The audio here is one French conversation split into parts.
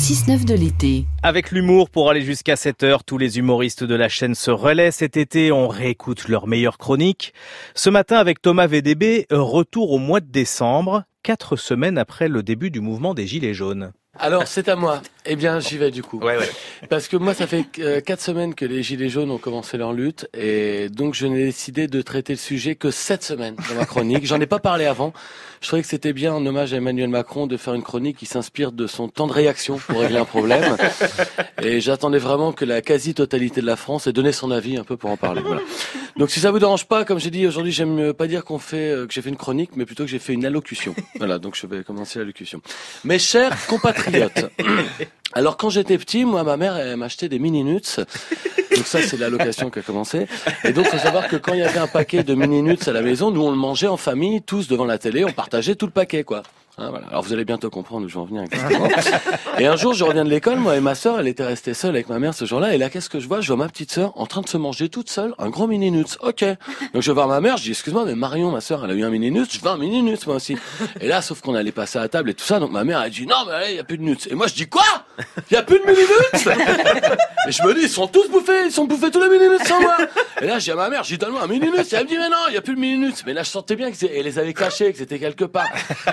6-9 de l'été. Avec l'humour pour aller jusqu'à 7h, tous les humoristes de la chaîne se relaient. Cet été, on réécoute leurs meilleures chroniques. Ce matin, avec Thomas VDB, retour au mois de décembre, 4 semaines après le début du mouvement des Gilets jaunes. Alors, c'est à moi. Eh bien, j'y vais du coup. Ouais. Parce que moi, ça fait 4 semaines que les Gilets jaunes ont commencé leur lutte. Et donc, je n'ai décidé de traiter le sujet que 7 semaines dans ma chronique. J'en ai pas parlé avant. Je trouvais que c'était bien, en hommage à Emmanuel Macron, de faire une chronique qui s'inspire de son temps de réaction pour régler un problème. Et j'attendais vraiment que la quasi-totalité de la France ait donné son avis un peu pour en parler. Voilà. Donc, si ça vous dérange pas, comme j'ai dit aujourd'hui, j'aime pas dire que j'ai fait une chronique, mais plutôt que j'ai fait une allocution. Voilà. Donc, je vais commencer l'allocution. Mes chers compatriotes. Alors quand j'étais petit, moi ma mère elle m'achetait des mini nuts. Donc ça c'est l'allocation qui a commencé. Et donc faut savoir que quand il y avait un paquet de mini nuts à la maison, nous on le mangeait en famille, tous devant la télé, on partageait tout le paquet quoi. Hein, voilà. Alors vous allez bientôt comprendre où je vais en venir exactement. Et un jour je reviens de l'école, moi et ma sœur, elle était restée seule avec ma mère ce jour-là. Et là qu'est-ce que je vois ? Je vois ma petite sœur en train de se manger toute seule un gros mini nuts. Ok. Donc je vais voir ma mère, je dis excuse-moi mais Marion, ma sœur, elle a eu un mini nuts, je veux un mini nuts moi aussi. Et là sauf qu'on allait passer à la table et tout ça, donc ma mère elle dit non mais allez, il y a plus de nuts. Et moi je dis quoi ? Il y a plus de mini nuts ? Et je me dis ils sont bouffés tous les mini nuts sans moi. Et là je dis à ma mère, je dis donne-moi un mini nuts. Et elle me dit mais non, il y a plus de mini nuts. Mais là je sentais bien qu'elle les avait cachés, que c'était quelque part.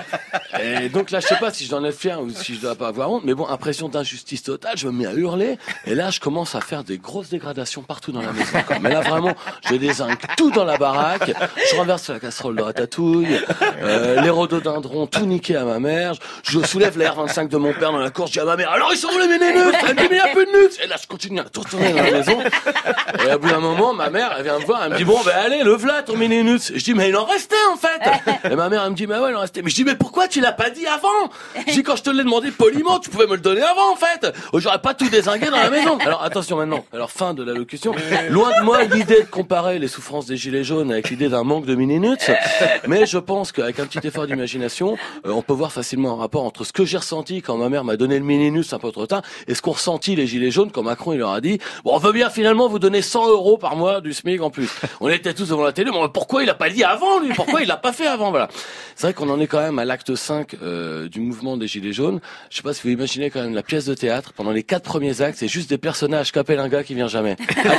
Et donc là, je sais pas si je dois en être fier ou si je dois pas avoir honte, mais bon, impression d'injustice totale, je me mets à hurler, et là, je commence à faire des grosses dégradations partout dans la maison. Mais là, vraiment, je dézingue tout dans la baraque, je renverse la casserole de ratatouille, les rhododendrons tout niqués à ma mère, je soulève la R25 de mon père dans la cour, je dis à ma mère, alors ils sont où les mini-nuts ? Elle me dit, mais il y a plus de nuts ! Et là, je continue à tout retourner dans la maison, et au bout d'un moment, ma mère, elle vient me voir, elle me dit, bon, ben allez, le v'là ton mini-nuts ! Je dis, mais il en restait, en fait ! Et ma mère, elle me dit, bah ouais, il en restait. Mais je dis, mais pourquoi tu l'as pas dit avant ? Je dis quand je te l'ai demandé poliment, tu pouvais me le donner avant en fait. J'aurais pas tout dézingué dans la maison. Alors attention maintenant. Alors fin de l'allocution. Loin de moi l'idée de comparer les souffrances des gilets jaunes avec l'idée d'un manque de mini-nuts. Mais je pense qu'avec un petit effort d'imagination, on peut voir facilement un rapport entre ce que j'ai ressenti quand ma mère m'a donné le mini-nuts un peu trop tard et ce qu'ont ressenti les gilets jaunes quand Macron il leur a dit bon on veut bien finalement vous donner 100 € par mois du SMIC en plus. On était tous devant la télé. Mais pourquoi il a pas dit avant lui ? Pourquoi il l'a pas fait avant ? Voilà. C'est vrai qu'on en est quand même à l'acte 5 du mouvement des Gilets jaunes. Je sais pas si vous imaginez quand même la pièce de théâtre. Pendant les 4 premiers actes, c'est juste des personnages qu'appelle un gars qui vient jamais.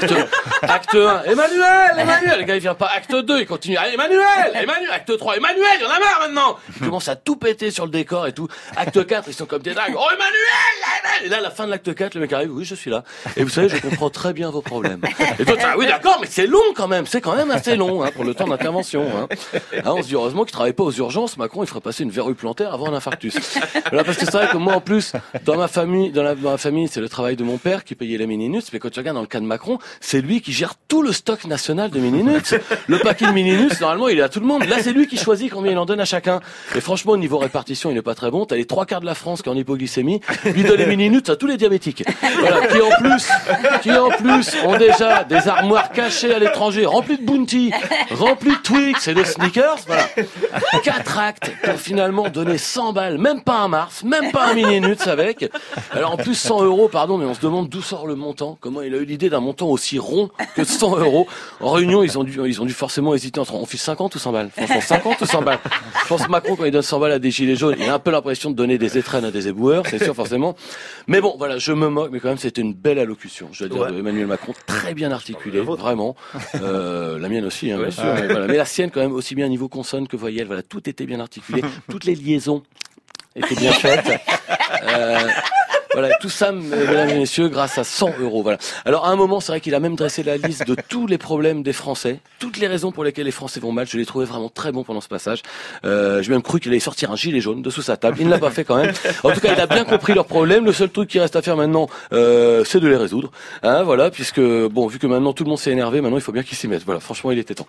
Acte 1, Emmanuel, le gars il vient pas. Acte 2, il continue. Allez, Emmanuel, acte 3, Emmanuel, il y en a marre maintenant. Il commence à tout péter sur le décor et tout. Acte 4, ils sont comme des dingues. Oh Emmanuel. Et là, à la fin de l'acte 4, le mec arrive, oui, je suis là. Et vous savez, je comprends très bien vos problèmes. Et toi, oui, d'accord, mais c'est long quand même. C'est quand même assez long, pour le temps d'intervention, on se dit heureusement qu'il travaille pas aux urgences. Macron, il ferait passer une verrue plantaire avant un infarctus. Voilà, parce que c'est vrai que moi, en plus, dans ma famille, c'est le travail de mon père qui payait les mini-nuts, mais quand tu regardes dans le cas de Macron, c'est lui qui gère tout le stock national de mini-nuts. Le paquet de mini-nuts, normalement, il est à tout le monde. Là, c'est lui qui choisit combien il en donne à chacun. Et franchement, au niveau répartition, il est pas très bon. T'as les 3/4 de la France qui est en hypoglycémie. Lui donne les mini-nuts à tous les diabétiques. Voilà, qui en plus ont déjà des armoires cachées à l'étranger, remplies de Bounty, remplies de Twix et de Snickers. Voilà. 4 actes pour finalement donner 100 balles, même pas un Mars, même pas un mini-nuts avec. Alors en plus 100 €, pardon, mais on se demande d'où sort le montant. Comment il a eu l'idée d'un montant aussi rond que 100 €. En réunion, ils ont dû forcément hésiter entre on file 50 ou 100 balles. Franchement, 50 ou 100 balles. Je pense que Macron, quand il donne 100 balles à des gilets jaunes, il a un peu l'impression de donner des étrennes à des éboueurs, c'est sûr forcément. Mais bon, voilà, je me moque, mais quand même c'était une belle allocution. Je dois dire de Emmanuel Macron, très bien articulée, vraiment. La mienne aussi, bien sûr. Mais, voilà. Mais la sienne quand même aussi bien niveau consonne que voyelle. Voilà, tout était bien articulé, toutes les liaisons étaient bien faites. Voilà, tout ça, mesdames et messieurs, grâce à 100 €. Voilà. Alors, à un moment, c'est vrai qu'il a même dressé la liste de tous les problèmes des Français, toutes les raisons pour lesquelles les Français vont mal. Je l'ai trouvé vraiment très bon pendant ce passage. J'ai même cru qu'il allait sortir un gilet jaune de sous sa table. Il ne l'a pas fait quand même. En tout cas, il a bien compris leurs problèmes. Le seul truc qui reste à faire maintenant, c'est de les résoudre. Voilà, puisque, bon, vu que maintenant tout le monde s'est énervé, maintenant il faut bien qu'il s'y mette. Voilà, franchement, il était temps.